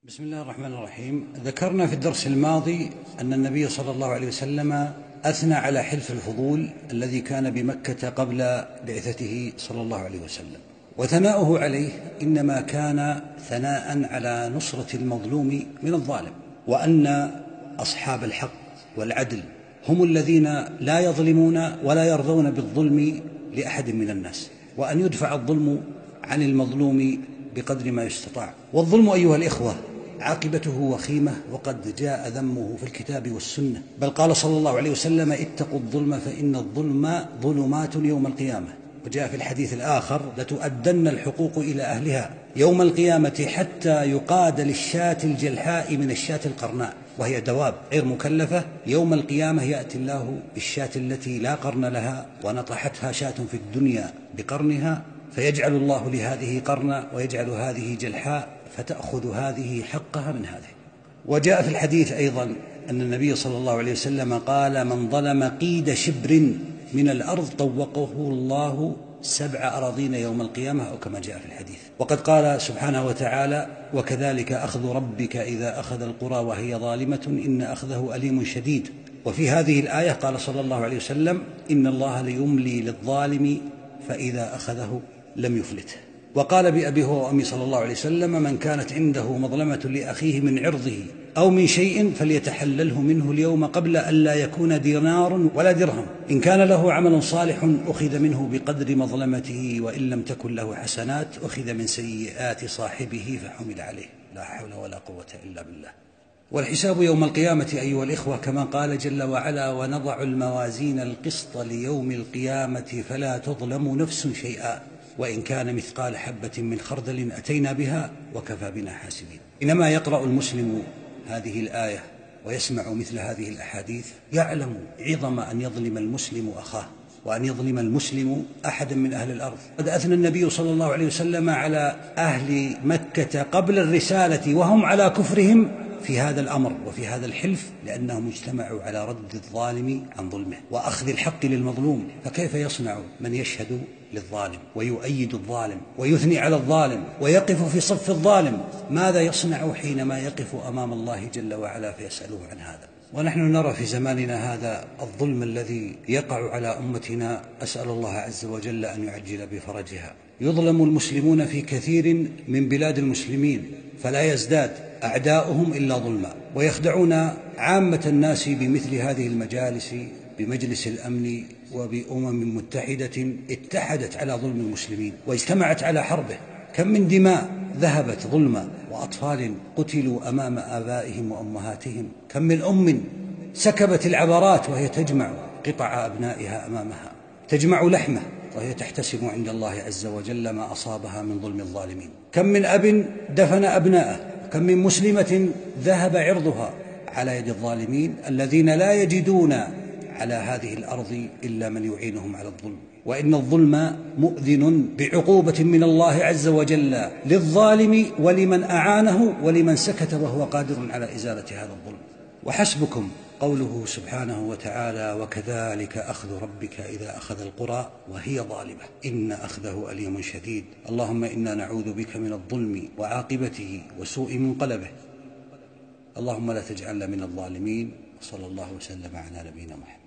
بسم الله الرحمن الرحيم. ذكرنا في الدرس الماضي أن النبي صلى الله عليه وسلم أثنى على حلف الفضول الذي كان بمكة قبل بعثته صلى الله عليه وسلم، وثناؤه عليه إنما كان ثناء على نصرة المظلوم من الظالم، وأن أصحاب الحق والعدل هم الذين لا يظلمون ولا يرضون بالظلم لأحد من الناس، وأن يدفع الظلم عن المظلوم بقدر ما يستطاع. والظلم أيها الإخوة عاقبته وخيمة، وقد جاء ذمه في الكتاب والسنة، بل قال صلى الله عليه وسلم: اتقوا الظلم فإن الظلم ظلمات يوم القيامة. وجاء في الحديث الآخر: لتؤدن الحقوق إلى أهلها يوم القيامة حتى يقاد للشاة الجلحاء من الشاة القرناء، وهي دواب غير مكلفة. يوم القيامة يأتي الله بالشاة التي لا قرن لها ونطحتها شاة في الدنيا بقرنها، فيجعل الله لهذه قرنا ويجعل هذه جلحاء، فتأخذ هذه حقها من هذه. وجاء في الحديث أيضا أن النبي صلى الله عليه وسلم قال: من ظلم قيد شبر من الأرض طوقه الله 7 أراضين يوم القيامة، أو كما جاء في الحديث. وقد قال سبحانه وتعالى: وكذلك أخذ ربك إذا أخذ القرى وهي ظالمة إن أخذه أليم شديد. وفي هذه الآية قال صلى الله عليه وسلم: إن الله ليملي للظالم فإذا أخذه لم يفلته. وقال بأبي هو وأمي صلى الله عليه وسلم: من كانت عنده مظلمة لأخيه من عرضه أو من شيء فليتحلله منه اليوم قبل أن لا يكون دينار ولا درهم. إن كان له عمل صالح أخذ منه بقدر مظلمته، وإن لم تكن له حسنات أخذ من سيئات صاحبه فحمل عليه. لا حول ولا قوة إلا بالله. والحساب يوم القيامة أيها الإخوة كما قال جل وعلا: ونضع الموازين القسط ليوم القيامة فلا تظلم نفس شيئا وإن كان مثقال حبة من خردل أتينا بها وكفى بنا حاسبين. إنما يقرأ المسلم هذه الآية ويسمع مثل هذه الأحاديث يعلم عظم أن يظلم المسلم أخاه، وأن يظلم المسلم أحدا من أهل الأرض. قد أثنى النبي صلى الله عليه وسلم على أهل مكة قبل الرسالة وهم على كفرهم في هذا الأمر وفي هذا الحلف، لأنهم اجتمعوا على رد الظالم عن ظلمه وأخذ الحق للمظلوم. فكيف يصنع من يشهد للظالم ويؤيد الظالم ويثني على الظالم ويقف في صف الظالم؟ ماذا يصنع حينما يقف أمام الله جل وعلا فيسأله عن هذا؟ ونحن نرى في زماننا هذا الظلم الذي يقع على أمتنا، أسأل الله عز وجل أن يعجل بفرجها. يظلم المسلمون في كثير من بلاد المسلمين، فلا يزداد أعداؤهم إلا ظلما، ويخدعون عامة الناس بمثل هذه المجالس، بمجلس الأمن وبأمم متحدة اتحدت على ظلم المسلمين واجتمعت على حربه. كم من دماء ذهبت ظلما، وأطفال قتلوا أمام آبائهم وأمهاتهم. كم من أم سكبت العبرات وهي تجمع قطع أبنائها أمامها، تجمع لحمه وهي تحتسب عند الله عز وجل ما أصابها من ظلم الظالمين. كم من أب دفن أبناءه، كم من مسلمة ذهب عرضها على يد الظالمين الذين لا يجدون على هذه الأرض إلا من يعينهم على الظلم. وإن الظلم مؤذن بعقوبة من الله عز وجل للظالم ولمن أعانه ولمن سكت وهو قادر على إزالة هذا الظلم. وحسبكم قوله سبحانه وتعالى: وكذلك أخذ ربك إذا أخذ القرى وهي ظالمة إن أخذه أليم شديد. اللهم إنا نعوذ بك من الظلم وعاقبته وسوء منقلبه. اللهم لا تجعلنا من الظالمين. صلى الله وسلم على نبينا محمد.